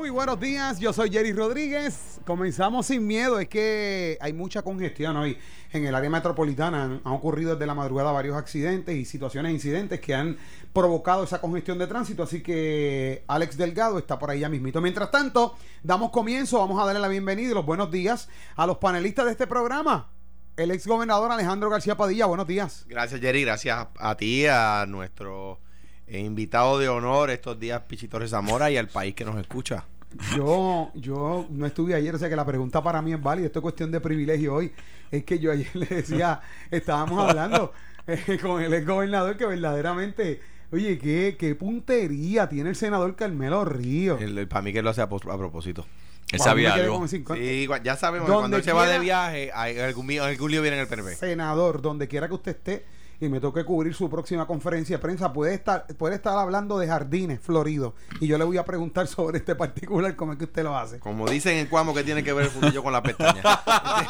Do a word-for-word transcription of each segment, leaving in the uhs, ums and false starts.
Muy buenos días, yo soy Jerry Rodríguez. Comenzamos sin miedo, es que hay mucha congestión hoy en el área metropolitana. Han, han ocurrido desde la madrugada varios accidentes y situaciones, incidentes que han provocado esa congestión de tránsito, así que Alex Delgado está por ahí ya mismito. Mientras tanto, damos comienzo, vamos a darle la bienvenida y los buenos días a los panelistas de este programa. El ex gobernador Alejandro García Padilla, buenos días. Gracias, Jerry, gracias a ti, a nuestro invitado de honor estos días, Pichi Torres Zamora, y al país que nos escucha. Yo, yo no estuve ayer, o sea que la pregunta para mí es válida. Esto es cuestión de privilegio hoy. Es que yo ayer le decía, estábamos hablando eh, con el ex gobernador que verdaderamente, oye, qué, qué puntería tiene el senador Carmelo Ríos. El, el, para mí que lo hace a, a propósito. Él sabía algo. Sí, ya sabemos que cuando él se va de viaje, hay algún, algún lío viene en el P N P. Senador, donde quiera que usted esté y me toque cubrir su próxima conferencia de prensa, puede estar puede estar hablando de jardines floridos y yo le voy a preguntar sobre este particular, cómo es que usted lo hace. Como dicen en Cuamo, que tiene que ver el fundillo con la pestaña.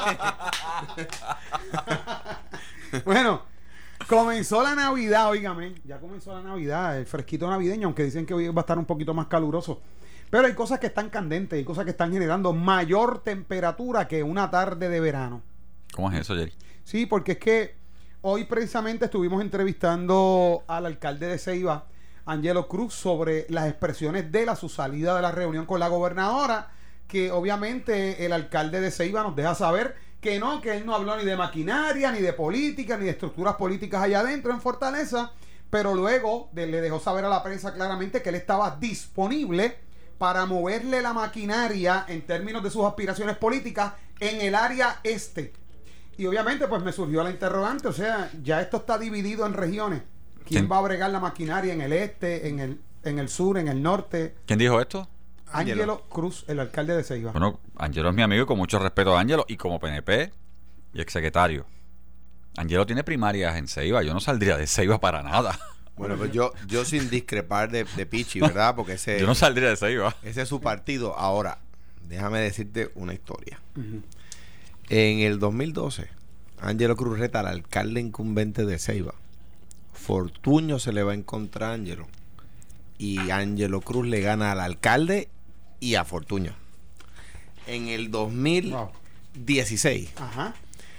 Bueno, comenzó la Navidad, óigame, ya comenzó la Navidad, el fresquito navideño, aunque dicen que hoy va a estar un poquito más caluroso. Pero hay cosas que están candentes, hay cosas que están generando mayor temperatura que una tarde de verano. ¿Cómo es eso, Jerry? Sí, porque es que hoy precisamente estuvimos entrevistando al alcalde de Ceiba, Angelo Cruz, sobre las expresiones de él a su salida de la reunión con la gobernadora, que obviamente el alcalde de Ceiba nos deja saber que no, que él no habló ni de maquinaria, ni de política, ni de estructuras políticas allá adentro en Fortaleza, pero luego de, le dejó saber a la prensa claramente que él estaba disponible para moverle la maquinaria en términos de sus aspiraciones políticas en el área este. Y obviamente pues me surgió la interrogante, o sea, ya esto está dividido en regiones. ¿Quién ¿Quién? va a bregar la maquinaria en el este, en el en el sur, en el norte? ¿Quién dijo esto? Ángelo Cruz, el alcalde de Ceiba. Bueno, Angelo es mi amigo y con mucho respeto a Ángelo y como P N P y exsecretario. Angelo tiene primarias en Ceiba, yo no saldría de Ceiba para nada. Bueno, pues yo, yo sin discrepar de, de Pichi, ¿verdad? Porque ese, yo no saldría de Ceiba. Ese es su partido. Ahora, déjame decirte una historia. Uh-huh. En el dos mil doce, Angelo Cruz reta al alcalde incumbente de Ceiba. Fortuño se le va en contra a Angelo. Y Angelo Cruz le gana al alcalde y a Fortuño. En el dos mil dieciséis, wow. Ajá.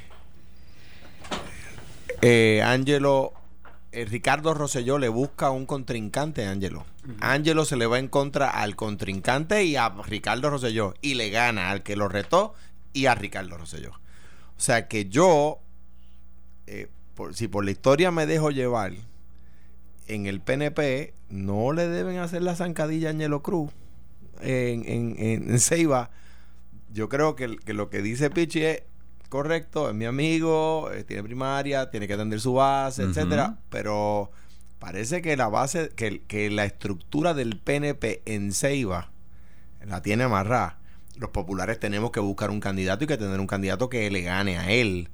Eh, Angelo... Eh, Ricardo Rosselló le busca un contrincante a Angelo. Uh-huh. Angelo se le va en contra al contrincante y a Ricardo Rosselló. Y le gana al que lo retó y a Ricardo Rosselló. O sea que yo, eh, por, si por la historia me dejo llevar, en el P N P no le deben hacer la zancadilla a Angelo Cruz en, en, en, en Ceiba. Yo creo que, que lo que dice Pichi es correcto, es mi amigo, eh, tiene primaria, tiene que atender su base, uh-huh. etcétera, pero parece que la base, que, que la estructura del P N P en Ceiba la tiene amarrada. Los populares tenemos que buscar un candidato y que tener un candidato que le gane a él,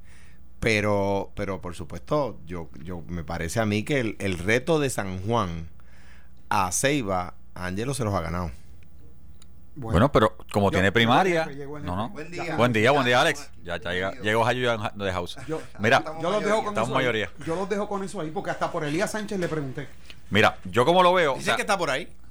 pero pero por supuesto, yo yo me parece a mí que el, el reto de San Juan a Ceiba, Ángelo se los ha ganado. Bueno, bueno, pero como yo, tiene primaria, no, no. Buen día, buen día, buen día, Alex. Ya, ya llega, llegó Jayo de House. Yo, mira, yo los dejo con eso mayoría. Ahí. Yo los dejo con eso ahí porque hasta por Elías Sánchez le pregunté. Mira, yo como lo veo. Dice o sea, que está por ahí.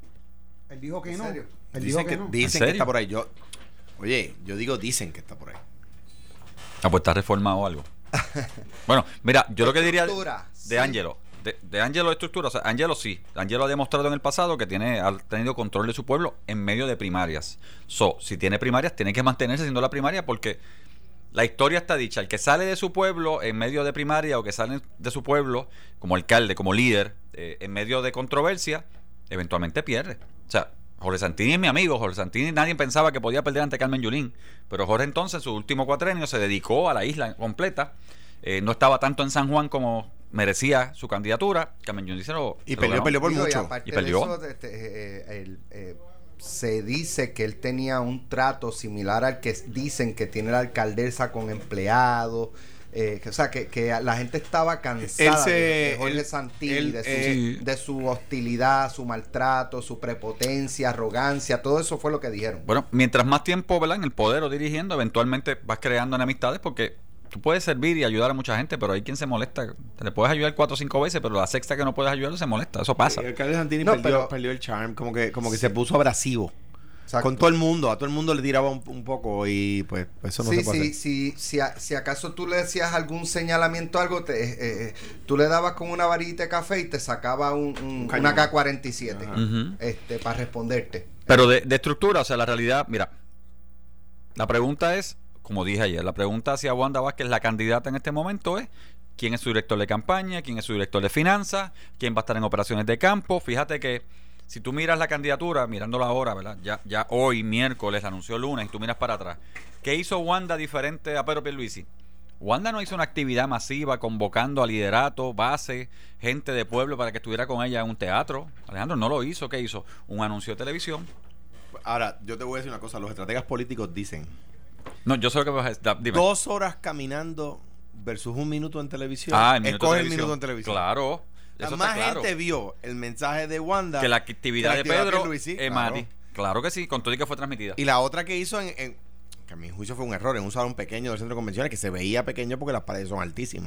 Él dijo que no. Él dicen dijo que, que no. Dicen que está por ahí. Yo, oye, yo digo dicen que está por ahí. Ah, pues está reformado o algo. Bueno, mira, yo lo que diría de Ángelo. De, de Ángelo de estructura, o sea, Ángelo sí, Ángelo ha demostrado en el pasado que tiene, ha tenido control de su pueblo en medio de primarias. So, si tiene primarias, tiene que mantenerse siendo la primaria porque la historia está dicha, el que sale de su pueblo en medio de primaria o que sale de su pueblo como alcalde, como líder, eh, en medio de controversia, eventualmente pierde. O sea, Jorge Santini es mi amigo, Jorge Santini nadie pensaba que podía perder ante Carmen Yulín, pero Jorge entonces, su último cuatrenio, se dedicó a la isla completa, eh, no estaba tanto en San Juan como merecía su candidatura. Carmen Yulín se lo y peleó, peleó por Digo, mucho y aparte y perdió. de eso, este, eh, el, eh, se dice que él tenía un trato similar al que dicen que tiene la alcaldesa con empleados. Eh, que, o sea, que, que la gente estaba cansada se, de, de Jorge él, Santini, él, de, su, eh, de su hostilidad, su maltrato, su prepotencia, arrogancia, todo eso fue lo que dijeron. Bueno, mientras más tiempo, ¿verdad?, en el poder o dirigiendo, eventualmente vas creando enemistades porque tú puedes servir y ayudar a mucha gente, pero hay quien se molesta. Te le puedes ayudar cuatro o cinco veces, pero la sexta que no puedes ayudarlo se molesta. Eso pasa. El alcalde Santini no, perdió, pero, perdió el charm, como que, como que sí. se puso abrasivo. Exacto. Con todo el mundo, a todo el mundo le tiraba un, un poco y pues eso no sí, se puede sí, hacer. sí, si, a, si acaso tú le decías algún señalamiento, algo, te, eh, eh, tú le dabas con una varita de café y te sacaba un, un, Un una K cuarenta y siete Ujú. este, para responderte. Pero de, de estructura, o sea, la realidad, mira, la pregunta es, como dije ayer, la pregunta hacia Wanda Vázquez, la candidata en este momento es quién es su director de campaña, quién es su director de finanzas, quién va a estar en operaciones de campo. Fíjate que si tú miras la candidatura, mirándola ahora, ¿verdad? Ya, ya hoy, miércoles, la anunció el lunes, y tú miras para atrás. ¿Qué hizo Wanda diferente a Pedro Pierluisi? Wanda no hizo una actividad masiva convocando a liderato, base, gente de pueblo para que estuviera con ella en un teatro. Alejandro no lo hizo. ¿Qué hizo? Un anuncio de televisión. Ahora, yo te voy a decir una cosa. Los estrategas políticos dicen No, yo sé lo que vas a decir. Dime. dos horas caminando versus un minuto en televisión. Ah, el minuto Escoge de el televisión. minuto en televisión. Claro. La Eso más está claro. gente vio el mensaje de Wanda Que la actividad que la de actividad Pedro Pierluisi, es claro. Mati. Claro que sí, con todo y que fue transmitida. Y la otra que hizo en, en- que a mi juicio fue un error, en un salón pequeño del centro de convenciones que se veía pequeño porque las paredes son altísimas.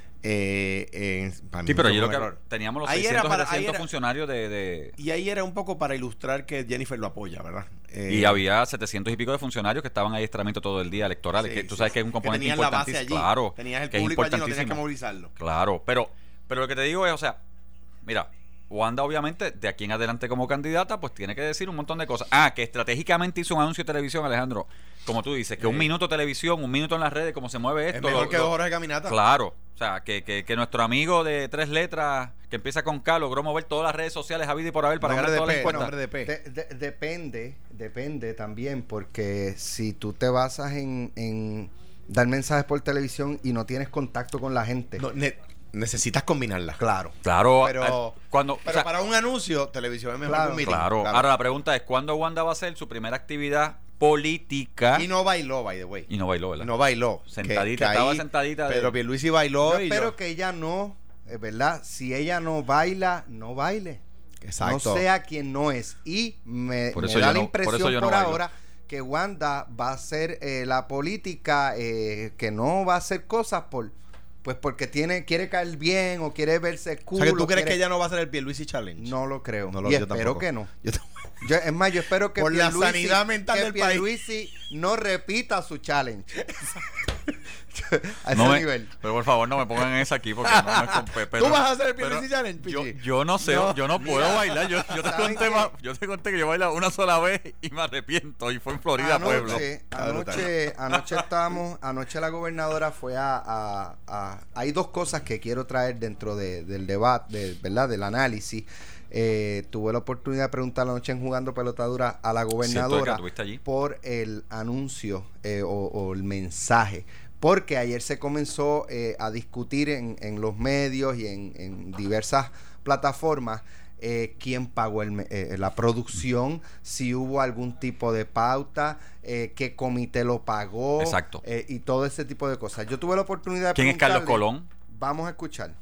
Eh, eh, para mi Sí, pero juicio allí lo fue un que error. teníamos los Ahí era seiscientos, para- ahí setecientos era- funcionarios de, de- Y ahí era un poco para ilustrar que Jennifer lo apoya, ¿verdad? Eh, y había setecientos y pico de funcionarios que estaban ahí estrenamiento todo el día electoral. sí, que tú sí, sabes que es un que componente tenían la base importantísimo. allí. Claro. Tenías el que es público allí, no tenías que importantísimo. movilizarlo. Claro, pero, pero lo que te digo es, o sea, mira, Wanda obviamente de aquí en adelante como candidata pues tiene que decir un montón de cosas. Ah, que estratégicamente hizo un anuncio de televisión, Alejandro, como tú dices, que un Sí. minuto de televisión, un minuto en las redes, cómo se mueve esto. Es mejor lo- que lo- dos horas de caminata. Claro, o sea, que, que, que nuestro amigo de tres letras que empieza con K logró mover todas las redes sociales a vida y por haber para Nombre ganar de todas las P, encuestas. nombre de P. De- de- depende, depende también, porque si tú te basas en, en dar mensajes por televisión y no tienes contacto con la gente, No, ne- necesitas combinarlas. claro. Claro, Pero, eh, cuando, pero o sea, para un anuncio, televisión es mejor Claro, que un meeting. claro. Ahora la pregunta es, ¿cuándo Wanda va a hacer su primera actividad política? Y no bailó, by the way. Y no bailó, ¿verdad? No bailó. Sentadita, Que- que estaba ahí sentadita de- Pedro Pierluisi bailó Yo y espero yo- que ella no, es verdad, si ella no baila, no baile. Exacto. No sea quien no es. Y me, Por me eso da yo la no- por impresión eso por, yo no bailo. ahora que Wanda va a hacer eh, la política, eh, que no va a hacer cosas por pues porque tiene quiere caer bien o quiere verse O cool. sea, que tú o crees quiere- que ella no va a hacer el Pierluisi Challenge. No lo creo. No lo- y yo espero tampoco. que no. Yo t- Yo, es más, yo espero que Por la Pierluisi- sanidad mental que del país. Pierluisi no repita su challenge. a ese No me- nivel. pero por favor no me pongan en esa aquí porque no me compe- pero- ¿Tú vas a hacer el pero Pierluisi Challenge, yo, Pichi? yo no sé, No, yo no mira, puedo bailar. Yo, yo te ¿saben conté qué? más- yo te conté que yo bailé una sola vez y me arrepiento y fue en Florida, pueblo. Anoche, Claro, anoche, anoche estábamos, anoche la gobernadora fue a, a- a- hay dos cosas que quiero traer dentro de- del debate, de, ¿verdad? Del análisis. Eh, tuve la oportunidad de preguntar la noche en Jugando Pelotadura a la Siento que gobernadora estuviste allí. por el anuncio eh, o, o el mensaje. Porque ayer se comenzó eh, a discutir en, en los medios y en, en diversas plataformas eh, quién pagó el, me- eh, la producción, si hubo algún tipo de pauta, eh, qué comité lo pagó. Exacto. eh, y todo ese tipo de cosas. Yo tuve la oportunidad de ¿Quién es Carlos preguntarle- Colón? Vamos a escuchar.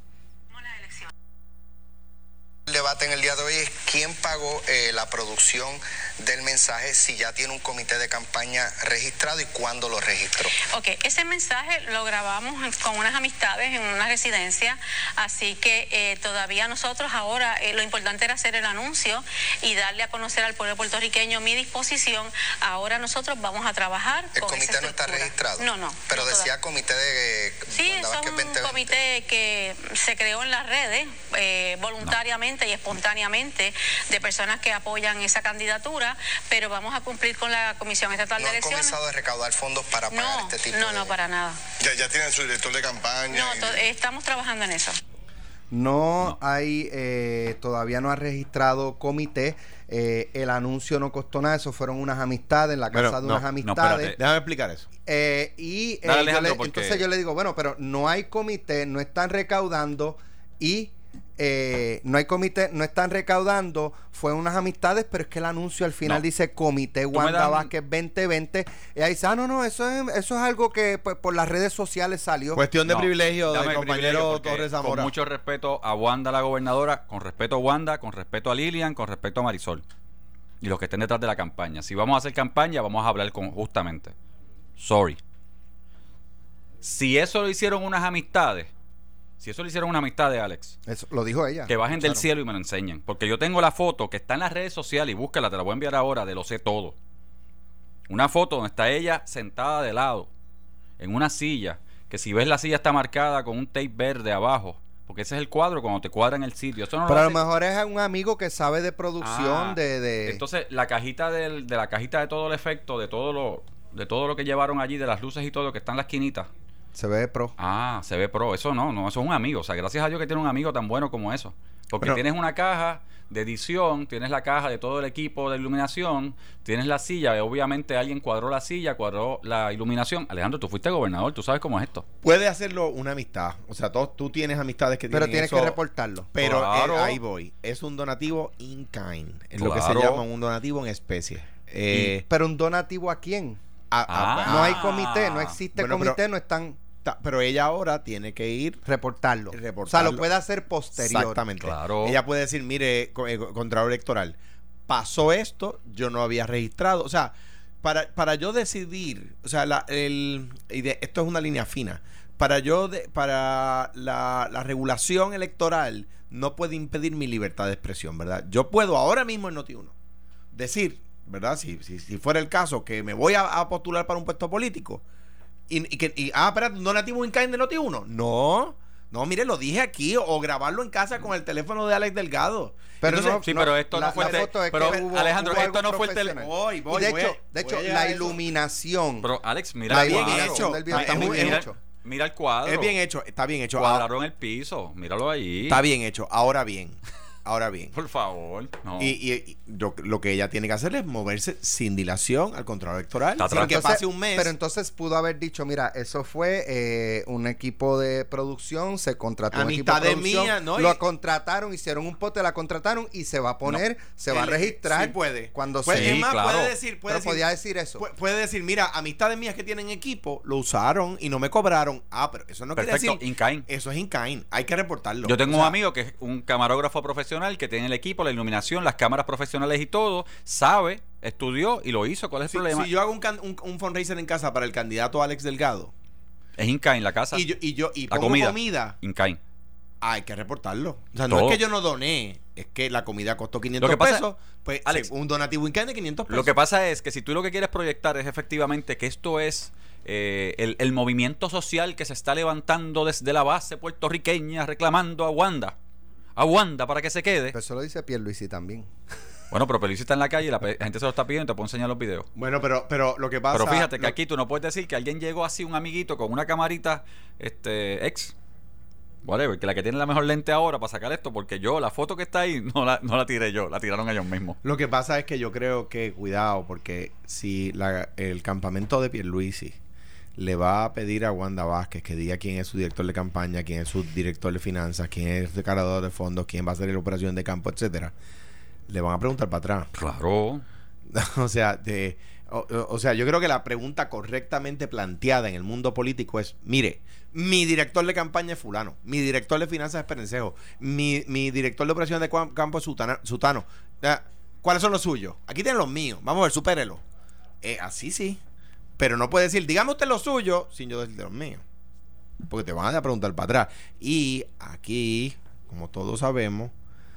El debate en el día de hoy es quién pagó eh, la producción del mensaje, si ya tiene un comité de campaña registrado y cuándo lo registró. Ok, ese mensaje lo grabamos con unas amistades en una residencia, así que eh, todavía nosotros ahora eh, lo importante era hacer el anuncio y darle a conocer al pueblo puertorriqueño mi disposición. Ahora nosotros vamos a trabajar El con comité esa no está estructura. registrado. No, no. Pero no decía todavía. comité de... eh, Sí, Wanda eso es Vázquez un veinte veinte. comité que se creó en las redes eh, voluntariamente y espontáneamente de personas que apoyan esa candidatura, pero vamos a cumplir con la Comisión Estatal No de han Elecciones. comenzado a recaudar fondos para pagar No, este tipo no, de... no, para nada. Ya, ya tienen su director de campaña. No, y- to- estamos trabajando en eso. No, hay, eh, todavía no ha registrado comité. Eh, el anuncio no costó nada, eso fueron unas amistades en la casa Bueno, de no, unas no, amistades. espérate. Déjame explicar eso. Eh, y eh, Dale, yo Alejandro, le- porque- entonces yo le digo, bueno, pero no hay comité, no están recaudando y eh, no hay comité, no están recaudando, fue unas amistades, pero es que el anuncio al final No. dice Comité me Wanda das- Vázquez veinte veinte y ahí dice, ah, no, no, eso es, eso es algo que pues, por las redes sociales salió. Cuestión de No, privilegio dame del el compañero privilegio porque Torres Zamora. Con mucho respeto a Wanda, la gobernadora, con respeto a Wanda, con respeto a Lilian, con respeto a Marisol y los que estén detrás de la campaña. Si vamos a hacer campaña, vamos a hablar con justamente. Sorry. Si eso lo hicieron unas amistades, Si eso le hicieron una amistad de Alex, Eso lo dijo ella. que bajen del Claro. cielo y me lo enseñen. Porque yo tengo la foto que está en las redes sociales y búscala, te la voy a enviar ahora, de Lo Sé Todo. Una foto donde está ella sentada de lado, en una silla, que si ves la silla está marcada con un tape verde abajo. Porque ese es el cuadro cuando te cuadran el sitio. Eso no Pero lo a lo hace- mejor es un amigo que sabe de producción, Ah, de, de... Entonces, la cajita del, de la cajita de todo el efecto, de todo lo de todo lo que llevaron allí, de las luces y todo, que está en la esquinita. se ve pro. Ah, se ve pro. Eso no, no, eso es un amigo. O sea, gracias a Dios que tiene un amigo tan bueno como eso. Porque Pero- tienes una caja de edición, tienes la caja de todo el equipo de iluminación, tienes la silla, y obviamente alguien cuadró la silla, cuadró la iluminación. Alejandro, tú fuiste gobernador, tú sabes cómo es esto. Puede hacerlo una amistad. O sea, todos, tú tienes amistades que Pero tienen tienes eso, que reportarlo. Pero Claro. eh, ahí voy. Es un donativo in kind. Es lo que se Claro. llama un donativo en especie. Eh, Pero un donativo ¿a quién? a- a- Ah. No hay comité, no existe Bueno, comité, pero- no están ta- pero ella ahora tiene que ir. reportarlo. Reportarlo. O sea, lo puede hacer posterior. Exactamente. Claro. Ella puede decir, mire, co- eh, Contralor Electoral, pasó esto, yo no había registrado. O sea, para, para yo decidir, o sea, la, el, y de- esto es una línea fina. Para yo, de- para la, la regulación electoral no puede impedir mi libertad de expresión, ¿verdad? Yo puedo ahora mismo en Noti uno decir, ¿verdad? Si, si, si fuera el caso que me voy a, a postular para un puesto político y, y que, y, ah, espérate, un donativo in kind de Noti uno. No, no, mire, lo dije aquí o grabarlo en casa con el teléfono de Alex Delgado. Pero Entonces, no, Sí, pero esto la- no fue la el te- foto es pero, que hubo- Alejandro, hubo esto algo no fue el tele- profesional. Voy, voy, y de voy hecho, a- de voy hecho a llegar la a eso. iluminación, Pero, Alex, mira la el bien cuadro. iluminación hecho. del video Está está muy muy bien bien hecho. Mira el cuadro. Es bien hecho, está bien hecho. Ahora- Cuadraron el piso. Míralo ahí. está bien hecho. Ahora bien, ahora bien. Por favor. No. Y, y- y lo, lo que ella tiene que hacer es moverse sin dilación al control electoral. Está Sin atrás. que Entonces, pase un mes. Pero entonces pudo haber dicho, mira, eso fue eh, un equipo de producción, se contrató un equipo de Amistades producción, mías, ¿no? lo Y- contrataron, hicieron un pote, la contrataron y se va a poner, se va a Él- registrar. sí puede. Cuando Puede- se... es más, claro. puede decir, puede Pero decir, podía decir eso. pu- puede decir, mira, amistades mías que tienen equipo lo usaron y no me cobraron. Ah, pero eso no Perfecto, quiere decir. in kind. Eso es in kind. Hay que reportarlo. Yo tengo O sea, un amigo que es un camarógrafo profesional que tiene el equipo, la iluminación, las cámaras profesionales y todo, sabe, estudió y lo hizo. ¿Cuál es el Si, problema? si yo hago un, can- un, un fundraiser en casa para el candidato Alex Delgado Es Inca en la casa. y yo y yo y La pongo comida. comida, Incain. hay que reportarlo. O sea, no Todo. es que yo no doné, es que la comida costó quinientos Lo que pasa- pesos, pues Alex, sí, un donativo in kind de quinientos pesos. Lo que pasa es que si tú lo que quieres proyectar es efectivamente que esto es eh, el, el movimiento social que se está levantando desde la base puertorriqueña reclamando a Wanda. A Wanda para que se quede. Pero eso lo dice Pierluisi también. Bueno, pero Pelici está en la calle y la pe- gente se lo está pidiendo y te puedo enseñar los videos. Bueno, pero pero lo que pasa Pero fíjate que lo- aquí tú no puedes decir que alguien llegó así, un amiguito con una camarita este ex, whatever, que la que tiene la mejor lente ahora para sacar esto, porque yo, la foto que está ahí, no la, no la tiré yo, la tiraron ellos mismos. Lo que pasa es que yo creo que, cuidado, porque si la- el campamento de Pierluisi le va a pedir a Wanda Vázquez que diga quién es su director de campaña, quién es su director de finanzas, quién es el declarador de fondos, quién va a hacer la operación de campo, etcétera, le van a preguntar para atrás. Claro. O sea, de, o, o- o sea, yo creo que la pregunta correctamente planteada en el mundo político es, mire, mi director de campaña es fulano, mi director de finanzas es Perencejo, mi, mi director de operación de cua- campo es Sutana- Sutano. Ah, ¿cuáles son los suyos? Aquí tienen los míos. Vamos a ver, supérelo. Eh, así sí. Pero no puede decir, dígame usted los suyos sin yo decir de los míos. Porque te van a preguntar para atrás. Y aquí, como todos sabemos,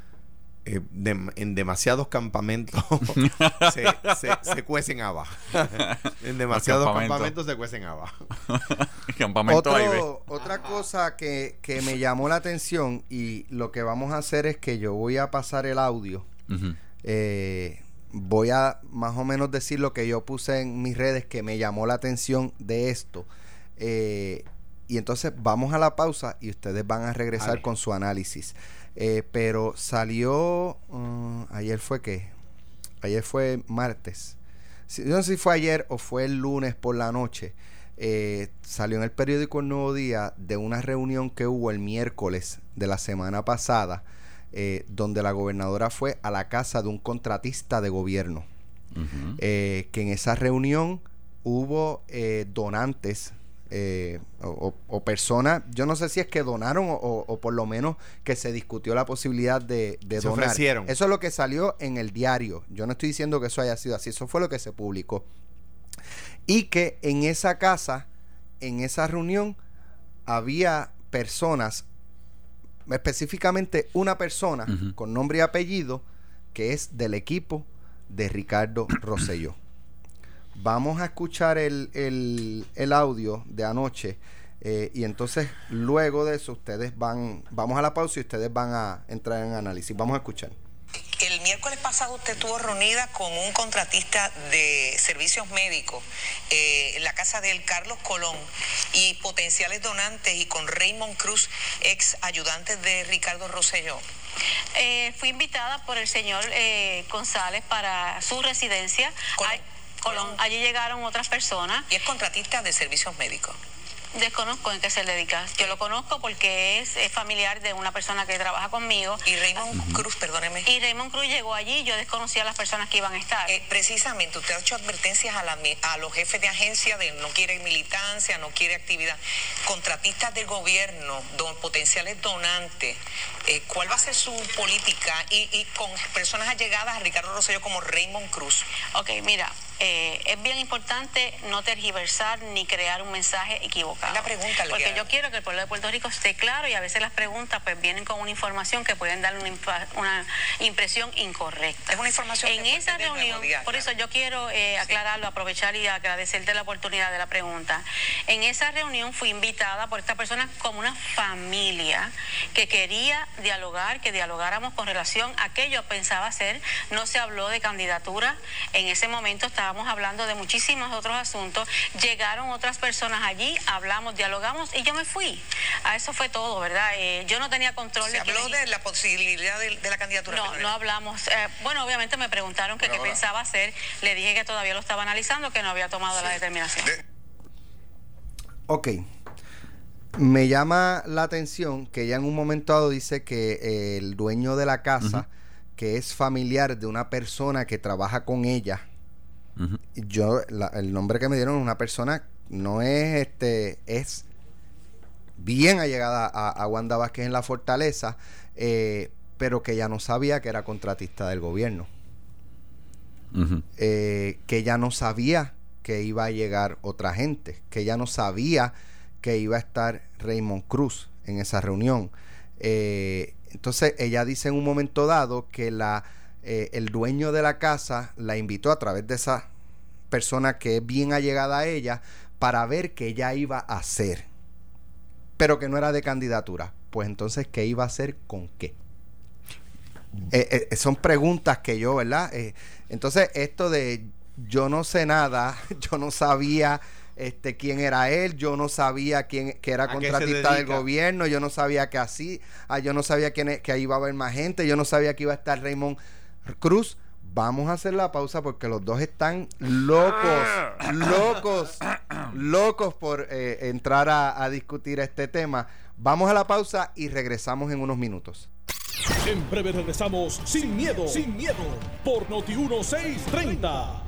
eh, dem- en demasiados campamentos se, se, se cuecen habas. En demasiados campamentos. campamentos se cuecen habas. Campamento ahí, ve. Otro, otra cosa que, que me llamó la atención y lo que vamos a hacer es que yo voy a pasar el audio. Ujú. Eh, voy a más o menos decir lo que yo puse en mis redes que me llamó la atención de esto. Eh, y entonces vamos a la pausa y ustedes van a regresar Dale. con su análisis. Eh, pero salió... uh, ayer fue qué? Ayer fue martes. Si- No sé si fue ayer o fue el lunes por la noche. Eh, salió en el periódico El Nuevo Día de una reunión que hubo el miércoles de la semana pasada, eh, donde la gobernadora fue a la casa de un contratista de gobierno. Ujú. Eh, que en esa reunión hubo eh, donantes eh, o, o- o personas, yo no sé si es que donaron o, o- o por lo menos que se discutió la posibilidad de, de Se donar. ofrecieron. Eso es lo que salió en el diario. Yo no estoy diciendo que eso haya sido así, eso fue lo que se publicó. Y que en esa casa, en esa reunión, había personas específicamente una persona Uh-huh. con nombre y apellido que es del equipo de Ricardo Rosselló. Vamos a escuchar el, el, el audio de anoche eh, y entonces luego de eso ustedes van, vamos a la pausa y ustedes van a entrar en análisis. Vamos a escuchar. El miércoles pasado usted estuvo reunida con un contratista de servicios médicos eh, en la casa del Carlos Colón y potenciales donantes y con Raymond Cruz, ex ayudante de Ricardo Rosselló. Eh, fui invitada por el señor eh, González para su residencia. Colón. Ay, Colón. Allí llegaron otras personas. Y es contratista de servicios médicos. Desconozco en qué se dedica. Yo lo conozco porque es, es familiar de una persona que trabaja conmigo. Y Raymond uh-huh. Cruz, perdóneme. Y Raymond Cruz llegó allí, yo desconocía a las personas que iban a estar. Eh, precisamente, usted ha hecho advertencias a, la, a los jefes de agencia de no quiere militancia, no quiere actividad. Contratistas del gobierno, don, potenciales donantes, eh, ¿cuál va a ser su política? Y, y con personas allegadas a Ricardo Rosselló como Raymond Cruz. Ok, mira, eh, es bien importante no tergiversar ni crear un mensaje equivocado. La pregunta, porque que... yo quiero que el pueblo de Puerto Rico esté claro y a veces las preguntas pues vienen con una información que pueden dar una, una impresión incorrecta. Es una información en que esa reunión, día, por eso yo quiero eh, aclararlo, aprovechar y agradecerte la oportunidad de la pregunta. En esa reunión fui invitada por esta persona como una familia que quería dialogar, que dialogáramos con relación a qué yo pensaba hacer. No se habló de candidatura, en ese momento estábamos hablando de muchísimos otros asuntos. Llegaron otras personas allí, hablamos, dialogamos y yo me fui. A eso fue todo, ¿verdad? Eh, yo no tenía control. ¿Se de habló me... de la posibilidad de, de la candidatura? No, no hablamos. Eh, bueno, obviamente me preguntaron que qué pensaba hacer. Le dije que todavía lo estaba analizando, que no había tomado sí. la determinación. De... Ok. Me llama la atención que ella en un momento dado dice que eh, el dueño de la casa, uh-huh. que es familiar de una persona que trabaja con ella, uh-huh. yo, la, el nombre que me dieron es una persona, no es este, es bien allegada a, a Wanda Vázquez en la Fortaleza, eh, pero que ella no sabía que era contratista del gobierno. Uh-huh. Eh, que ella no sabía que iba a llegar otra gente, que ella no sabía que iba a estar Raymond Cruz en esa reunión. Eh, entonces ella dice en un momento dado que la, eh, el dueño de la casa la invitó a través de esa persona que es bien allegada a ella para ver qué ella iba a hacer, pero que no era de candidatura. Pues entonces, ¿qué iba a hacer con qué? Eh, eh, son preguntas que yo, ¿verdad? Eh, entonces, esto de yo no sé nada, yo no sabía este quién era él, yo no sabía quién que era contratista del gobierno, yo no sabía que así, ah, yo no sabía quién, que ahí iba a haber más gente, yo no sabía que iba a estar Raymond Cruz. Vamos a hacer la pausa porque los dos están locos, locos, locos por eh, entrar a, a discutir este tema. Vamos a la pausa y regresamos en unos minutos. En breve regresamos sin miedo, sin miedo, por Noti uno seiscientos treinta.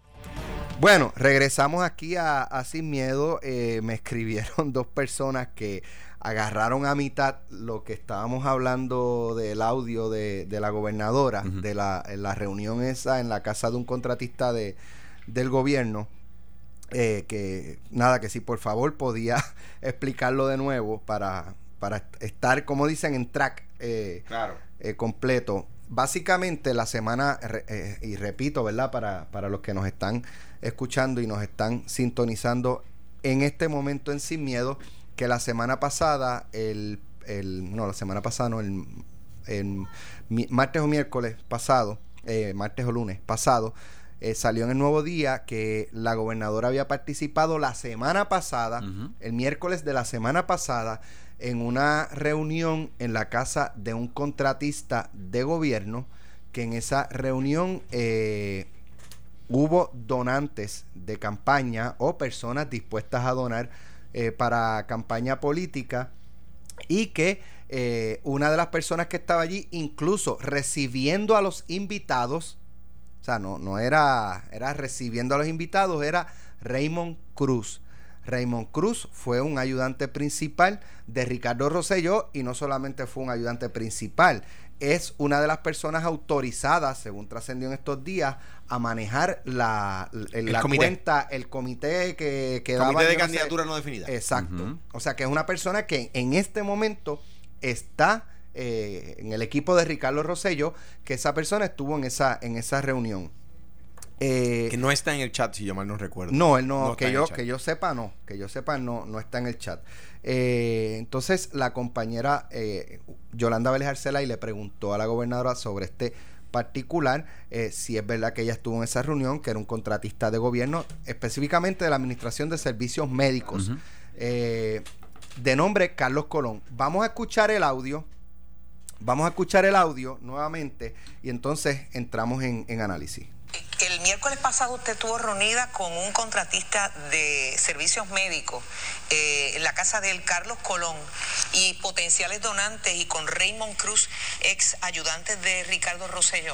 Bueno, regresamos aquí a, a Sin Miedo. Eh, me escribieron dos personas que agarraron a mitad lo que estábamos hablando del audio de, de la gobernadora, uh-huh. de la, la reunión esa en la casa de un contratista de, del gobierno. Eh, que nada, que si por favor podía explicarlo de nuevo para, para estar, como dicen, en track eh, claro. eh, completo. Básicamente la semana, eh, y repito, ¿verdad? Para, para los que nos están escuchando y nos están sintonizando en este momento en Sin Miedo, que la semana pasada, el, el no, la semana pasada no, el, el mi, martes o miércoles pasado, eh, martes o lunes pasado, eh, salió en el Nuevo Día que la gobernadora había participado la semana pasada, uh-huh. el miércoles de la semana pasada, en una reunión en la casa de un contratista de gobierno, que en esa reunión eh, hubo donantes de campaña o personas dispuestas a donar eh, para campaña política, y que eh, una de las personas que estaba allí, incluso recibiendo a los invitados, o sea, no, no era, era recibiendo a los invitados, era Raymond Cruz. Raymond Cruz fue un ayudante principal de Ricardo Rosselló, y no solamente fue un ayudante principal, es una de las personas autorizadas, según trascendió en estos días, a manejar la, la, el la comité. cuenta, el comité que, que comité daba, de no candidatura sé, no definida. Exacto. Uh-huh. O sea, que es una persona que en este momento está eh, en el equipo de Ricardo Rosselló, que esa persona estuvo en esa, en esa reunión. Eh, que no está en el chat, si yo mal no recuerdo. No, él no, no que yo que yo sepa no, que yo sepa no, no está en el chat. Eh, entonces la compañera eh, Yolanda Vélez Arcelay le preguntó a la gobernadora sobre este particular, eh, si es verdad que ella estuvo en esa reunión, que era un contratista de gobierno, específicamente de la Administración de Servicios Médicos, uh-huh. eh, de nombre Carlos Colón. Vamos a escuchar el audio, vamos a escuchar el audio nuevamente y entonces entramos en, en análisis. El miércoles pasado usted estuvo reunida con un contratista de servicios médicos eh, en la casa del Carlos Colón y potenciales donantes y con Raymond Cruz, ex ayudante de Ricardo Rosselló.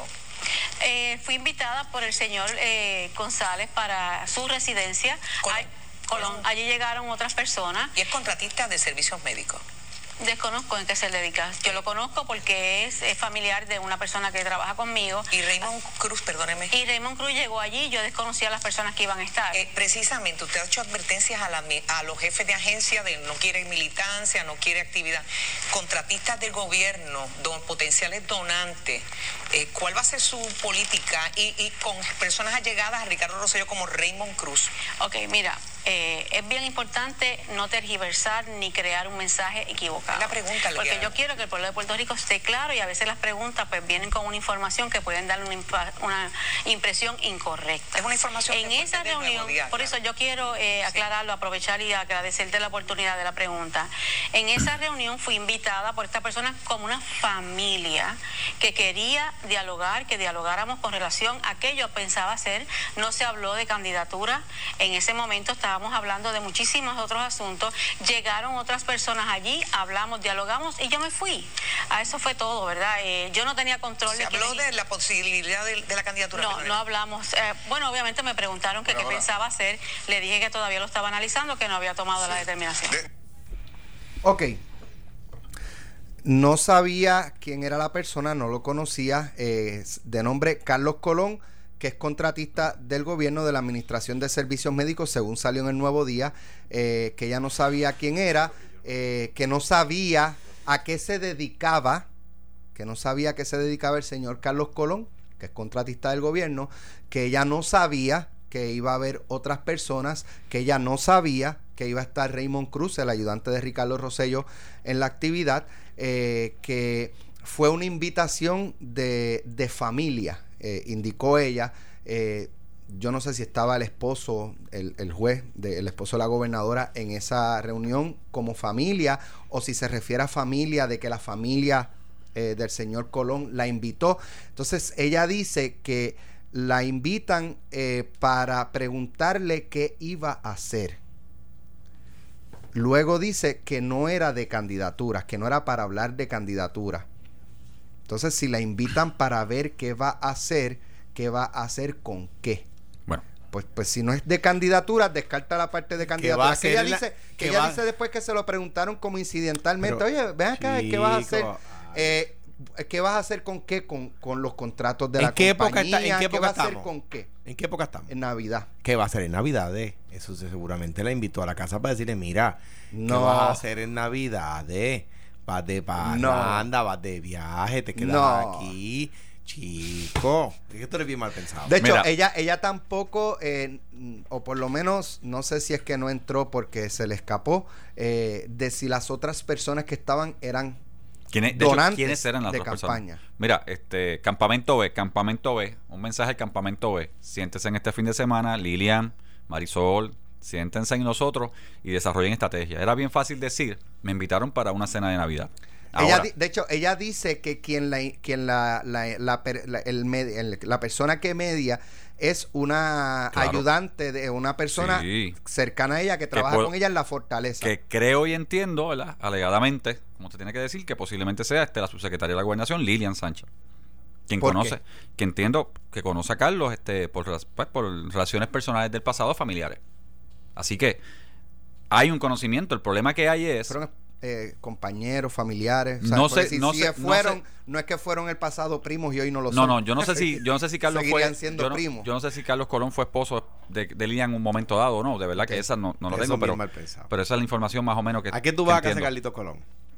Eh, fui invitada por el señor eh, González para su residencia. Colón. Ay, Colón. Allí llegaron otras personas. Y es contratista de servicios médicos. Desconozco en qué se dedica. Yo lo conozco porque es, es familiar de una persona que trabaja conmigo. Y Raymond Cruz, perdóneme. Y Raymond Cruz llegó allí, yo desconocía a las personas que iban a estar. Eh, precisamente, usted ha hecho advertencias a, la, a los jefes de agencia de no quiere militancia, no quiere actividad. Contratistas del gobierno, don, potenciales donantes. Eh, ¿Cuál va a ser su política? Y, y con personas allegadas a Ricardo Rosselló como Raymond Cruz. Ok, mira, eh, es bien importante no tergiversar ni crear un mensaje equivocado. La pregunta porque que yo quiero que el pueblo de Puerto Rico esté claro y a veces las preguntas pues vienen con una información que pueden dar una, impa una impresión incorrecta. Es una información en que esa reunión, día, por eso yo quiero eh, aclararlo, aprovechar y agradecerte la oportunidad de la pregunta. En esa reunión fui invitada por esta persona como una familia que quería dialogar, que dialogáramos con relación a qué yo pensaba hacer. No se habló de candidatura, en ese momento estábamos hablando de muchísimos otros asuntos. Llegaron otras personas allí, hablamos, dialogamos y yo me fui. A eso fue todo, ¿verdad? Eh, yo no tenía control. ¿Se de habló quién... de la posibilidad de, de la candidatura? No, primero? no hablamos. Eh, bueno, obviamente me preguntaron que qué pensaba hacer. Le dije que todavía lo estaba analizando, que no había tomado sí. la determinación. De... Ok. No sabía quién era la persona, no lo conocía, eh, de nombre Carlos Colón, que es contratista del gobierno de la Administración de Servicios Médicos, según salió en el Nuevo Día, eh, que ella no sabía quién era, eh, que no sabía a qué se dedicaba, que no sabía a qué se dedicaba el señor Carlos Colón, que es contratista del gobierno, que ella no sabía que iba a haber otras personas, que ella no sabía que iba a estar Raymond Cruz, el ayudante de Ricardo Rosselló, en la actividad, eh, que fue una invitación de, de familia, eh, indicó ella. eh, yo no sé si estaba el esposo, el, el juez, de, el esposo de la gobernadora en esa reunión como familia, o si se refiere a familia, de que la familia eh, del señor Colón la invitó. Entonces ella dice que la invitan eh, para preguntarle qué iba a hacer. Luego dice que no era de candidaturas, que no era para hablar de candidaturas. Entonces, si la invitan para ver qué va a hacer, ¿qué va a hacer con qué? Bueno. Pues, pues si no es de candidaturas, descarta la parte de candidaturas. Que ella la, dice, que que ella va, dice después que se lo preguntaron como incidentalmente. Pero, oye, ven acá, chico, ¿qué vas a hacer? Eh, ¿Qué vas a hacer con qué? Con, con los contratos de la qué compañía. Época está, ¿En qué época ¿Qué va a estamos? hacer con qué? ¿En qué época estamos? En Navidad. ¿Qué va a hacer en Navidad? Eh? Eso seguramente la invitó a la casa para decirle, mira, no. ¿qué vas a hacer en Navidad? Eh? Vas de parranda, no. vas de viaje, te quedas no. aquí. Chico, es que tú eres bien mal pensado. De hecho, Mira. ella ella tampoco, eh, o por lo menos, no sé si es que no entró porque se le escapó, eh, de si las otras personas que estaban eran ¿Quiénes, donantes hecho, ¿quiénes eran las de otras campaña. Personas? Mira, este, Campamento B, Campamento B, un mensaje al Campamento B. Siéntense en este fin de semana, Lilian, Marisol, siéntense en nosotros y desarrollen estrategia. Era bien fácil decir, me invitaron para una cena de Navidad. Ella, de hecho, ella dice que quien la quien la la, la, la, el med, el, la persona que media es una claro. ayudante de una persona sí. cercana a ella que trabaja que puedo, con ella en la fortaleza. Que creo y entiendo, ¿verdad? Alegadamente, como te tiene que decir, que posiblemente sea este la subsecretaria de la Gobernación, Lilian Sánchez. Quien conoce, qué? que entiendo que conoce a Carlos este por, pues, por relaciones personales del pasado familiares. Así que hay un conocimiento. El problema que hay es... Pero, Eh, compañeros, familiares, o sea, no sé, si, no si sé, fueron, no, sé. no es que fueron el pasado primos y hoy no lo no, son. No, no, yo no sé si, yo no sé si Carlos fue, siendo yo no, primos. yo no sé si Carlos Colón fue esposo de, de Lilian en un momento dado o no, de verdad que esa no, no lo tengo, pero, pero esa es la información más o menos que. ¿A quién tú vas a casa, Carlitos Colón?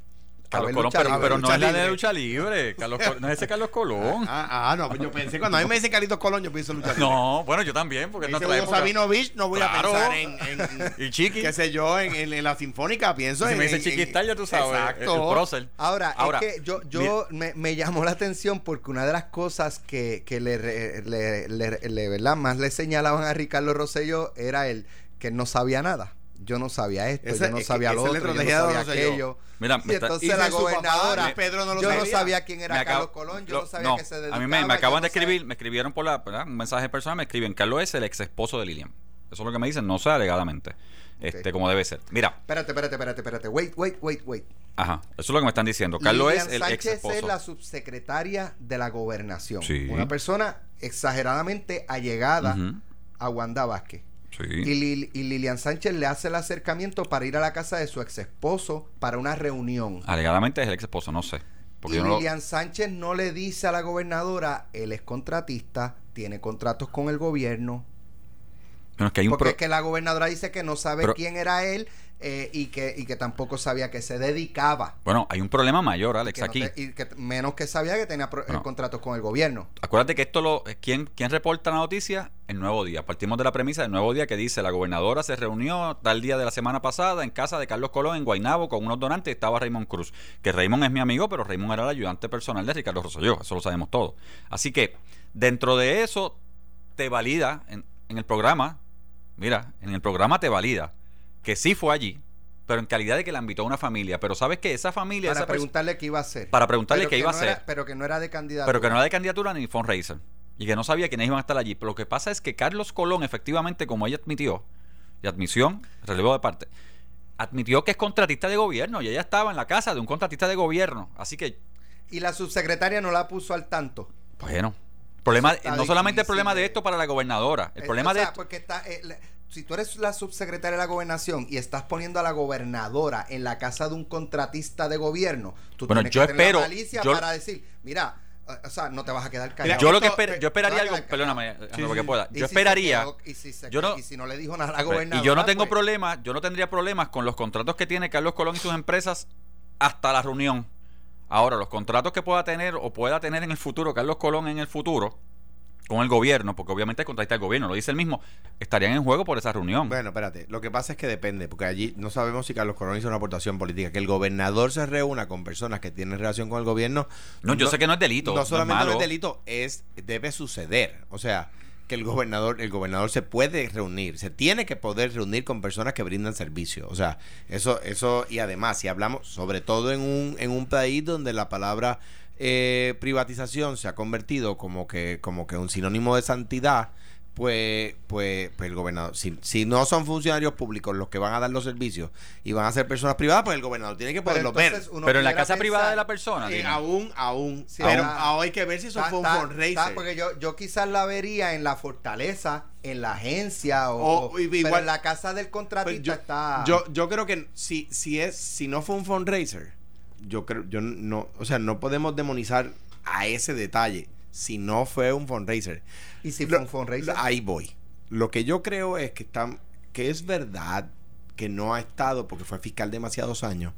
Carlos ver Colón, lucha pero, libre. pero no Lucha es la de libre. lucha libre. Carlos Col- no es ese Carlos Colón. Ah, ah, no, pues yo pensé, cuando a mí me dice Carlitos Colón, yo pienso luchar. No, bueno, yo también, porque Me es dice nuestra Hugo época. Sabinovich, no voy Claro. a pensar en, en Y Chiqui. qué sé yo, en, en- en la Sinfónica, pienso Si en... me dice en- Chiquistar, ya tú sabes. Exacto. El, el prócer. Ahora, Ahora, es que yo, yo me, me llamó la atención porque una de las cosas que, que le, re- le, le- le- ¿verdad? más le señalaban a Ricardo Rosselló era el que él no sabía nada. Yo no sabía esto, Ese- yo no es que sabía lo esa es la otro, yo no estrategia de sabía Rosselló. aquello. Mira, y me está- entonces y la de su papá, gobernadora, de Pedro no lo yo sabía. no sabía quién era me acabo- Carlos Colón, yo lo- no sabía que se dedicaba. A mí me, me yo acaban no de sabía- escribir, me escribieron por la, ¿verdad? un mensaje personal, me escriben, Carlos es el ex esposo de Lilian. Eso es lo que me dicen, no sé alegadamente. Este, Ok. como debe ser. Mira, Espérate, espérate, espérate, espérate. Wait, wait, wait, wait. ajá, eso es lo que me están diciendo. Carlos Lilian es el ex Sánchez esposo. es la subsecretaria de la gobernación. Sí. Una persona exageradamente allegada Ujú. a Wanda Vázquez. Sí. Y, Lil- y Lilian Sánchez le hace el acercamiento para ir a la casa de su ex esposo para una reunión. Alegadamente es el ex esposo, no sé. Porque Y yo no lo- Lilian Sánchez no le dice a la gobernadora, él es contratista, tiene contratos con el gobierno. Bueno, es que hay un Porque pro- es que la gobernadora dice que no sabe Pero- quién era él eh, y, que, y que tampoco sabía que se dedicaba. Bueno, hay un problema mayor, Alex, Que no aquí. te- y que menos que sabía que tenía pro- eh, No. contratos con el gobierno. Acuérdate que esto lo. ¿quién, ¿Quién reporta la noticia? El Nuevo Día. Partimos de la premisa del Nuevo Día que dice: la gobernadora se reunió tal día de la semana pasada en casa de Carlos Colón en Guaynabo con unos donantes y estaba Raymond Cruz. Que Raymond es mi amigo, pero Raymond era el ayudante personal de Ricardo Rosselló. Eso lo sabemos todos. Así que, dentro de eso, te valida en, en el programa. Mira, en el programa te valida que sí fue allí, pero en calidad de que la invitó a una familia. Pero sabes que esa familia. Para esa perso- preguntarle qué iba a hacer. Para preguntarle Pero qué que iba a no hacer. era- pero que no era de candidato. Pero que no era de candidatura ni fundraiser. Y que no sabía quiénes iban a estar allí. Pero lo que pasa es que Carlos Colón, efectivamente, como ella admitió, y admisión, relevo de parte, admitió que es contratista de gobierno. Y ella estaba en la casa de un contratista de gobierno. Así que, Y la subsecretaria no la puso al tanto. bueno. Problema, Eso está no solamente el difícil, problema de eh. esto para la gobernadora. El Eh, problema o sea, de esto. porque está, eh, le- si tú eres la subsecretaria de la gobernación y estás poniendo a la gobernadora en la casa de un contratista de gobierno, tú Bueno, tienes yo que tener espero- la malicia yo- para decir, mira, eh, o sea, no te vas a quedar callado. Mira, Yo lo que esto- espero, yo esperaría te algo, vas a quedar perdóname, Sí, lo que sí. pueda. Y Yo si se esperaría. quedó- y, si se- yo no- y si no le dijo nada a la Y gobernadora. yo no tengo pues, problemas, yo no tendría problemas con los contratos que tiene Carlos Colón y sus empresas hasta la reunión. Ahora, los contratos que pueda tener o pueda tener en el futuro Carlos Colón en el futuro con el gobierno, porque obviamente es contratista del gobierno, lo dice él mismo, estarían en juego por esa reunión. Bueno, espérate. Lo que pasa es que depende, porque allí no sabemos si Carlos Colón hizo una aportación política. Que el gobernador se reúna con personas que tienen relación con el gobierno. No, yo sé que no es delito, No no es solamente no es, malo. delito, es debe suceder. O sea, que el gobernador, el gobernador se puede reunir, se tiene que poder reunir con personas que brindan servicio. O sea, eso, eso, y además, si hablamos, sobre todo en un, en un país donde la palabra eh, privatización se ha convertido como que, como que un sinónimo de santidad, pues, pues, pues el gobernador, si, si no son funcionarios públicos los que van a dar los servicios y van a ser personas privadas, pues el gobernador tiene que pero poderlos ver. entonces uno Pero en la pudiera casa privada pensar- de la persona. Eh, dime. aún, aún. Sí, pero está- ahora hay que ver si eso Está- fue un está- fundraiser. está, porque yo, yo quizás la vería en la fortaleza, en la agencia o, O- o- igual- pero en la casa del contratista Pues yo, está. yo, yo creo que si, si es, si no fue un fundraiser, yo creo, yo no, o sea, no podemos demonizar a ese detalle si no fue un fundraiser. y si Lo- fue un fundraiser. Ahí voy. Lo que yo creo es que están, que es verdad que no ha estado, porque fue fiscal demasiados años,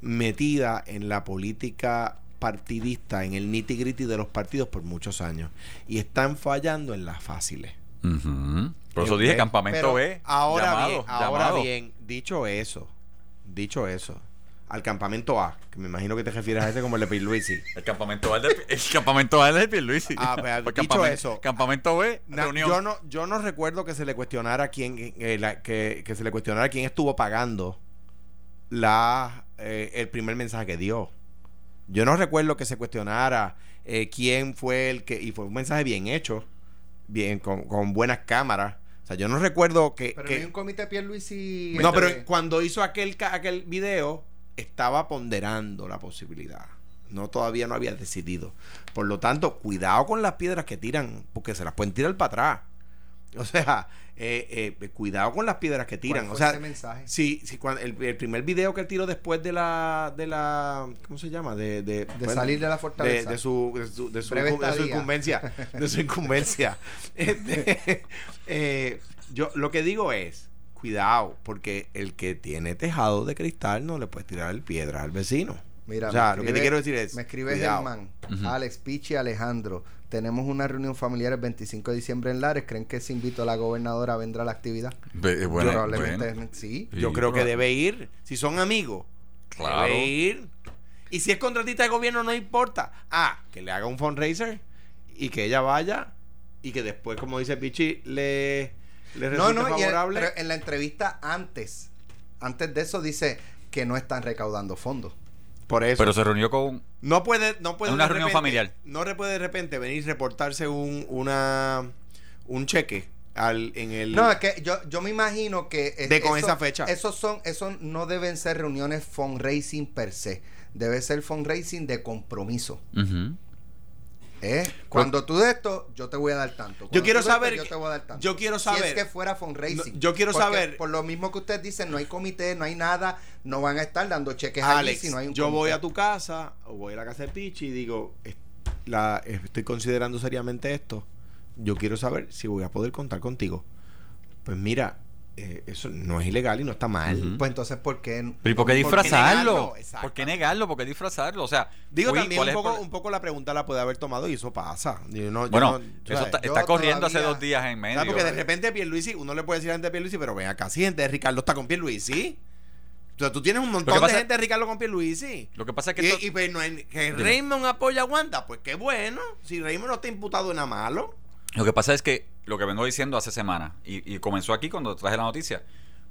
metida en la política partidista, en el nitty gritty de los partidos por muchos años. Y están fallando en las fáciles. Ujú. Por eso Ok, dije campamento pero B. Ahora llamado, bien, ahora llamado. bien, dicho eso, dicho eso, al campamento A, que me imagino que te refieres a ese como el de Pierluisi. El campamento A es de, el campamento A es de Pierluisi. Ah, pues, Pues dicho campamento- eso, Campamento B, Na- reunión. yo no, yo no recuerdo que se le cuestionara quién, eh, la- que, que se le cuestionara quién estuvo pagando la eh, el primer mensaje que dio. Yo no recuerdo que se cuestionara eh, quién fue el que, y fue un mensaje bien hecho, bien, con, con buenas cámaras. O sea, yo no recuerdo que, pero que- no hay un comité Pierluisi. no, pero este, cuando hizo aquel ca- aquel video estaba ponderando la posibilidad. No, todavía no había decidido. Por lo tanto, cuidado con las piedras que tiran, porque se las pueden tirar para atrás. O sea, eh, eh, cuidado con las piedras que tiran. ¿cuál O fue sea, ese mensaje? si, si cuando, el, el primer video que él tiró después de la, de la, ¿cómo se llama? De, de, De salir de la fortaleza. de, de su, de su, de su, Breve de su estadía. incumbencia, de su incumbencia. Este, eh, yo lo que digo es, cuidado, porque el que tiene tejado de cristal no le puede tirar el piedra al vecino. Mira, o sea, me lo escribe, que te quiero decir es, me escribe cuidado. Germán, Ujú. Alex, Pichi, Alejandro. Tenemos una reunión familiar el veinticinco de diciembre en Lares. ¿Creen que si invito a la gobernadora vendrá a la actividad? Ve- bueno, Probablemente bueno. sí. Yo Sí, creo que pero- debe ir. Si son amigos, Claro. debe ir. Y si es contratista de gobierno, no importa. Ah, que le haga un fundraiser y que ella vaya y que después, como dice Pichi, le, le No, resulte no, y en, favorable. pero en la entrevista antes, antes de eso dice que no están recaudando fondos. Por eso. Pero se reunió con... no puede, no puede Es una de reunión repente- familiar. No re- puede de repente venir y reportarse un, una, un cheque al, en el... No, es que yo, yo me imagino que es- De con esa fecha. Esos son, esos no deben ser reuniones fundraising per se. Debe ser fundraising de compromiso. Ujú. ¿Eh? Cuando tú de esto, yo te voy a dar tanto. Cuando Yo quiero tú de esto, saber yo que- te voy a dar tanto. yo quiero Si es saber- que fuera fundraising. No, yo quiero Porque saber- Por lo mismo que ustedes dicen, no hay comité, no hay nada, no van a estar dando cheques Alex, allí si no hay un yo comité. voy a tu casa o voy a la casa de Pichi y digo, "Es- la, estoy considerando seriamente esto. Yo quiero saber si voy a poder contar contigo." Pues mira, eh, eso no es ilegal y no está mal. Ujú. Pues entonces, ¿por qué? Pero ¿y por qué negarlo? disfrazarlo? Exacto. ¿Por qué negarlo? ¿Por qué disfrazarlo? O sea, Digo, uy, también ¿cuál un es el poco, pro- un poco la pregunta la puede haber tomado y eso pasa. Yo no- yo Bueno, no- eso ¿sabes? está, yo está corriendo hace todavía- dos días en medio. ¿Sabes? Porque de repente a Pierluisi, uno le puede decir a gente de Pierluisi, pero ven acá, si gente de Ricardo está con Pierluisi. O sea, tú tienes un montón que pasa- de gente de Ricardo con Pierluisi. Lo que pasa es que Y, esto- y pues, no hay- que Dime. Raymond apoya a Wanda, pues qué bueno. Si Raymond no está imputado en nada malo. Lo que pasa es que lo que vengo diciendo hace semanas, y, y comenzó aquí cuando traje la noticia,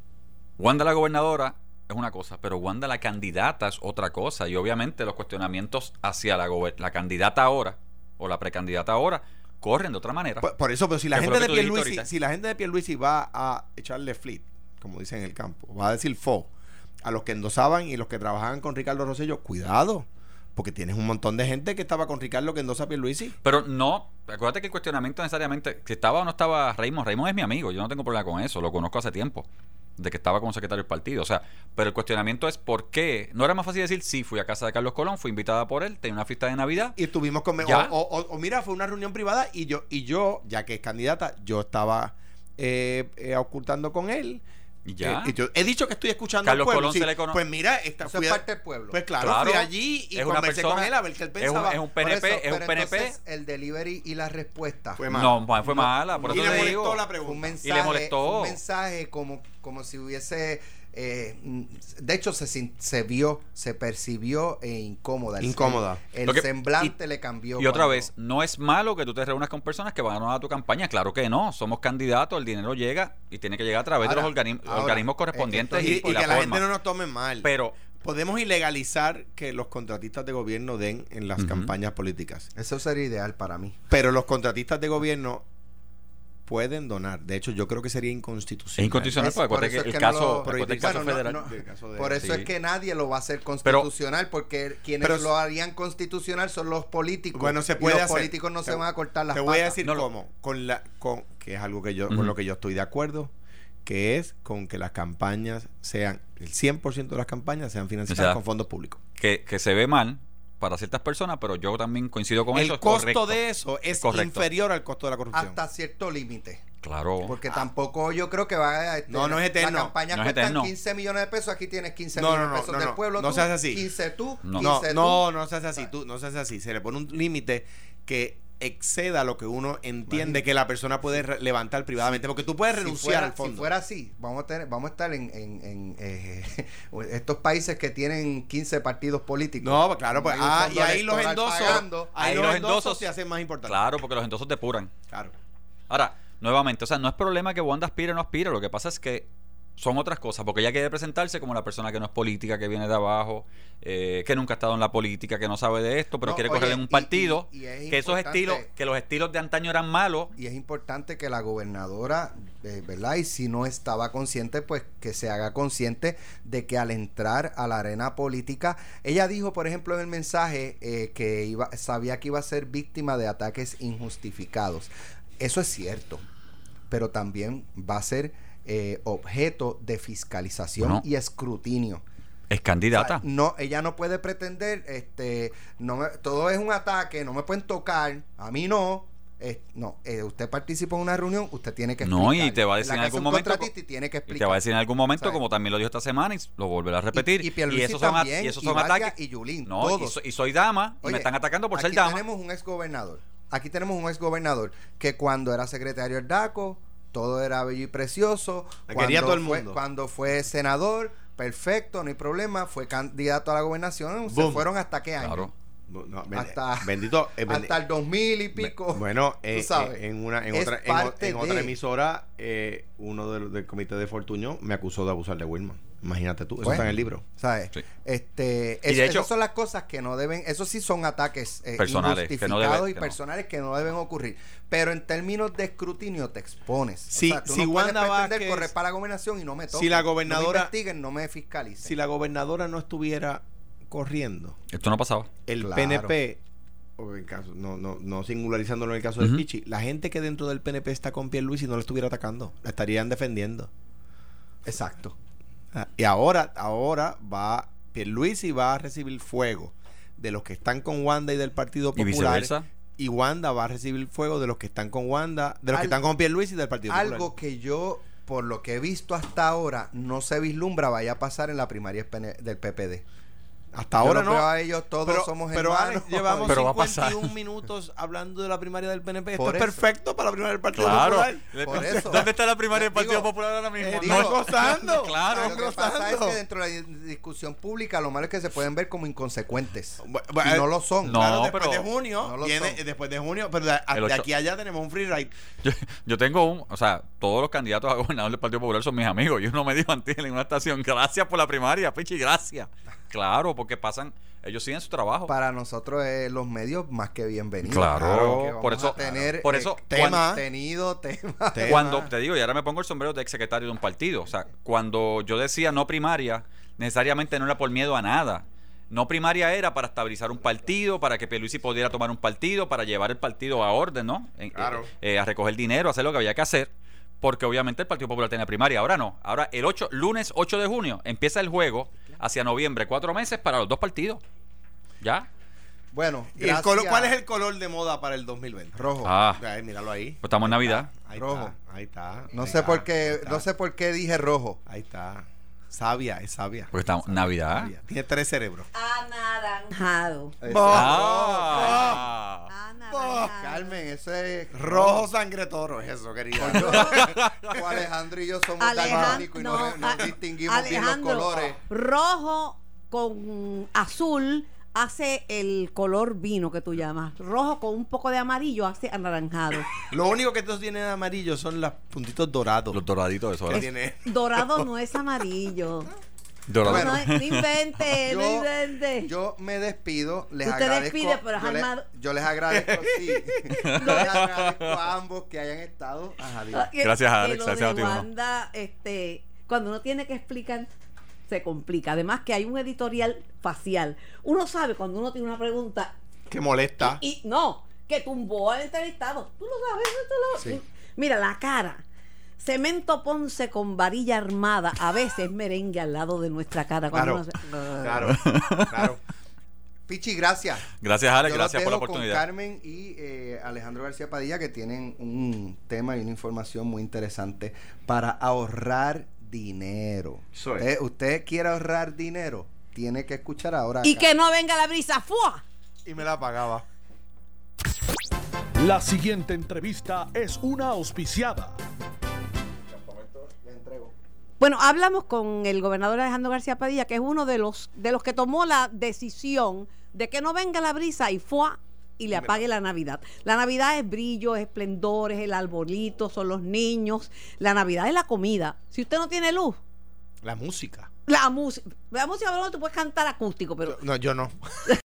Wanda la gobernadora es una cosa, pero Wanda la candidata es otra cosa. Y obviamente los cuestionamientos hacia la, gober- la candidata ahora, o la precandidata ahora, corren de otra manera. Por, por eso, pero si la Que fue gente lo de que tú dijiste Pierluisi, ahorita. si la gente de Pierluisi va a echarle flit, como dicen en el campo, va a decir fo a los que endosaban y los que trabajaban con Ricardo Rosselló, cuidado, porque tienes un montón de gente que estaba con Ricardo que endosa a Pierluisi. Pero no, acuérdate que el cuestionamiento necesariamente, si estaba o no estaba Raymond, Raymond es mi amigo, yo no tengo problema con eso, lo conozco hace tiempo, de que estaba como secretario del partido, o sea, pero el cuestionamiento es por qué, no era más fácil decir, sí, fui a casa de Carlos Colón, fui invitada por él, tenía una fiesta de Navidad, Y estuvimos con... ¿Ya? O, o- o mira, fue una reunión privada y yo, y yo ya que es candidata, yo estaba eh, eh, ocultando con él. y ya. Eh, y yo he dicho que estoy escuchando Carlos al pueblo. Colón sí. se le cono- Pues mira, esta, Eso fui es a- parte del pueblo. Pues claro, Claro, fui allí y es una conversé con persona- él a ver qué él es un, pensaba. es un Por P N P, eso, es un pero P N P, entonces, el delivery y la respuesta Fue mal. no, fue mala, por y eso le te molestó digo. la fue un pregunta. mensaje, Y le molestó. un mensaje como, como si hubiese eh, mm, de hecho se, sin- se vio, se percibió eh, incómoda. El- Incómoda. El, Lo que- semblante le cambió. Y otra cuando- vez, no es malo que tú te reúnas con personas que van a ganar tu campaña. Claro que no. Somos candidatos, el dinero llega y tiene que llegar a través Ahora, de los organi- ahora, organismos correspondientes Y, y, y y que la la forma. gente no nos tome mal. Pero podemos ilegalizar que los contratistas de gobierno den en las Ujú. campañas políticas. Eso sería ideal para mí. Pero los contratistas de gobierno pueden donar. De hecho, yo creo que sería es inconstitucional. inconstitucional Es- porque por acuérdate eso que es el que no caso, lo- acuérdate el Bueno, caso no, federal. no, del caso de- Por eso Sí. es que nadie lo va a hacer constitucional, porque quienes pero- lo harían constitucional son los políticos. Bueno, se y puede los hacer. políticos no Te- se van a cortar las Te voy a patas. decir No, lo- cómo. Con la, con, que es algo que yo, Ujú. con lo que yo estoy de acuerdo, que es con que las campañas sean, el cien por ciento de las campañas sean financiadas O sea, con fondos públicos. Que, que se ve mal para ciertas personas, pero yo también coincido con El eso. es costo correcto. de eso es correcto. inferior al costo de la corrupción. Hasta cierto límite. Claro. Porque tampoco yo creo que va a... este, No, no es eterno. La campaña No es cuesta eterno. quince millones de pesos, aquí tienes quince No, no, millones no, de pesos no, del no. pueblo. No tú, seas así. quince tú, No. No, quince no, tú. no se hace así, tú, no se hace así. Se le pone un límite que exceda lo que uno entiende Imagínate. que la persona puede re- levantar privadamente, porque tú puedes Si renunciar fuera, al fondo. si fuera así, vamos a tener, vamos a estar en, en, en, eh, estos países que tienen quince partidos políticos. No, pues claro, pues Hay un ah, fondo y ahí los electoral endosos, pagando. ahí Ahí los los endosos endosos se hacen más importantes. Claro, porque los endosos depuran. Claro. Ahora, nuevamente, o sea, no es problema que Wanda aspire o no aspire, lo que pasa es que son otras cosas, porque ella quiere presentarse como la persona que no es política, que viene de abajo, eh, que nunca ha estado en la política, que no sabe de esto, pero No, quiere oye, correr en un y- partido, y- y es que esos importante- estilos, que los estilos de antaño eran malos. Y es importante que la gobernadora, eh, ¿verdad? Y si no estaba consciente, pues que se haga consciente de que al entrar a la arena política, ella dijo, por ejemplo, en el mensaje eh, que iba, sabía que iba a ser víctima de ataques injustificados. Eso es cierto, pero también va a ser eh, objeto de fiscalización Bueno. y escrutinio. Es O candidata. sea, no, ella no puede pretender, este, no me- todo es un ataque, no me pueden tocar, a mí no, Eh, no, eh, usted participa en una reunión, usted tiene que No, explicar. y te va a decir en algún momento Y tiene que y explicar. te va a decir en algún momento, ¿sabes? como también lo dijo esta semana y lo volverá a repetir. Y, y, Pierluisi y esos son, también, y esos y son Vargas ataques. y Yulín, no, y, todos. so, y soy dama y Oye, me están atacando por ser aquí dama. tenemos un exgobernador. Aquí tenemos un exgobernador que cuando era secretario del DACO, todo era bello y precioso. Me Cuando quería todo el fue- mundo. Cuando fue senador, perfecto, no hay problema. Fue candidato a la gobernación. Se Boom. fueron hasta qué año. Claro. No, ben- Hasta- bendito eh, bendi- Hasta el dos mil y pico. Bueno, eh, tú sabes. eh, en una en Es otra en, o- parte en otra de- emisora eh, uno del, del comité de Fortuño me acusó de abusar de Wilman. Imagínate tú, eso Bueno. está en el libro. ¿Sabes? Sí. Este, Y de eso- hecho- esas son las cosas que no deben, eso sí son ataques eh, Personales, que no injustificados deben- y que no. personales que no deben ocurrir. Pero en términos de escrutinio te expones. Si- o sea, tú si no puedes Wanda pretender Vázquez- correr para la gobernación y no me toques. Si la No gobernadora- me investiguen, no me fiscalicen. Si la gobernadora no estuviera corriendo, Esto no pasaba. el Claro. P N P, o en caso, no, no, no singularizándolo en el caso de Ujú. Pichi, la gente que dentro del P N P está con Pierluisi no lo estuviera atacando, la estarían defendiendo. Exacto. Ah, Y ahora, ahora va Pierluisi va a recibir fuego de los que están con Wanda y del Partido Y Popular. viceversa. Y Wanda va a recibir fuego de los que están con Wanda, de los Al- que están con Pierluisi y del Partido Algo Popular. que yo, por lo que he visto hasta ahora, no se vislumbra vaya a pasar en la primaria del P P D. Hasta Yo ahora los no. veo a ellos todos pero, somos pero hermanos. Alex, llevamos Pero va a pasar. cincuenta y un minutos hablando de la primaria del P N P. Esto Por es eso. perfecto para la primaria del Partido Claro. Popular. Por eso. ¿Dónde está la primaria del Partido Digo, Popular ahora mismo? eh, No digo, es- gozando. Claro. Lo que pasa es gozando. que dentro de la discusión pública lo malo es que se pueden ver como inconsecuentes. Bu- Y bu- no lo son. No, Claro, después pero- de junio, no lo viene, son. después de junio, pero de, a- El de ocho- aquí a allá tenemos un free ride. Yo, yo tengo un, o sea, todos los candidatos a gobernador del Partido Popular son mis amigos. Y uno me dijo antes en una estación, gracias por la primaria, Pichi, gracias. Claro, porque pasan, ellos siguen su trabajo. Para nosotros eh, los medios más que bienvenidos. Claro, que por vamos eso- a tener por eh, eso, tema. contenido, tema. Tema. Cuando te digo, y ahora me pongo el sombrero de exsecretario de un partido, o sea, cuando yo decía no primaria, necesariamente no era por miedo a nada. No primaria era para estabilizar un partido, para que Pierluisi pudiera tomar un partido, para llevar el partido a orden, ¿no? En- Claro. eh, eh, a recoger dinero, a hacer lo que había que hacer, porque obviamente el Partido Popular tenía primaria. Ahora no. Ahora el ocho, lunes ocho de junio empieza el juego hacia noviembre, cuatro meses para los dos partidos. ¿Ya? Bueno, ¿Y el gracias. color, ¿cuál es el color de moda para el dos mil veinte? Rojo. Ah, Ay, míralo ahí. pues estamos en Navidad. Ahí Rojo. está, ahí está. No ahí sé está, por ahí qué, está. no sé por qué dije rojo. Ahí está. Sabia, es sabia. Porque estamos Navidad. Sabia. Tiene tres cerebros. Anaranjado. Ah. Anaranjado. Carmen, eso es Rojo sangre toro es eso, querida. Yo, o Alejandro y yo somos daltónicos y no, no, no a- distinguimos bien los Alejandro, colores. rojo con azul hace el color vino que tú llamas. Rojo con un poco de amarillo hace anaranjado. Lo único que estos tienen de amarillo son los puntitos dorados. Los doraditos de eso. que ¿verdad? tiene. Dorado no es amarillo. Dorado. No, no, no invente, no Yo, invente. yo me despido, les Tú te agradezco. despides, pero yo, les, Almado- yo les agradezco, sí. Yo les agradezco a ambos que hayan estado. Ajá, diga. Ah, que- Gracias, que Alex, lo gracias a de ti, uno. Wanda, este, cuando uno tiene que explicar, se complica. Además que hay un editorial facial. Uno sabe cuando uno tiene una pregunta Que molesta. y, y no, que tumbó al entrevistado. Tú lo sabes. Tú lo- Sí. Mira, la cara. Cemento Ponce con varilla armada. A veces merengue al lado de nuestra cara. Cuando Claro. uno se- Claro, claro. Pichi, gracias. Gracias, Alex. Yo los Gracias por la dejo oportunidad. con Carmen y eh, Alejandro García Padilla, que tienen un tema y una información muy interesante para ahorrar dinero. Eso es. Eh, usted quiere ahorrar dinero, tiene que escuchar ahora. Y acá. que no venga la brisa. ¡Fua! Y me la pagaba. La siguiente entrevista es una auspiciada. Le entrego. Bueno, hablamos con el gobernador Alejandro García Padilla, que es uno de los de los que tomó la decisión de que no venga la brisa y ¡fua! Y le apague la Navidad. La Navidad es brillo, es esplendor, es el arbolito, son los niños. La Navidad es la comida. Si usted no tiene luz, La música. la música, la música, bueno, tú puedes cantar acústico, pero No, yo no.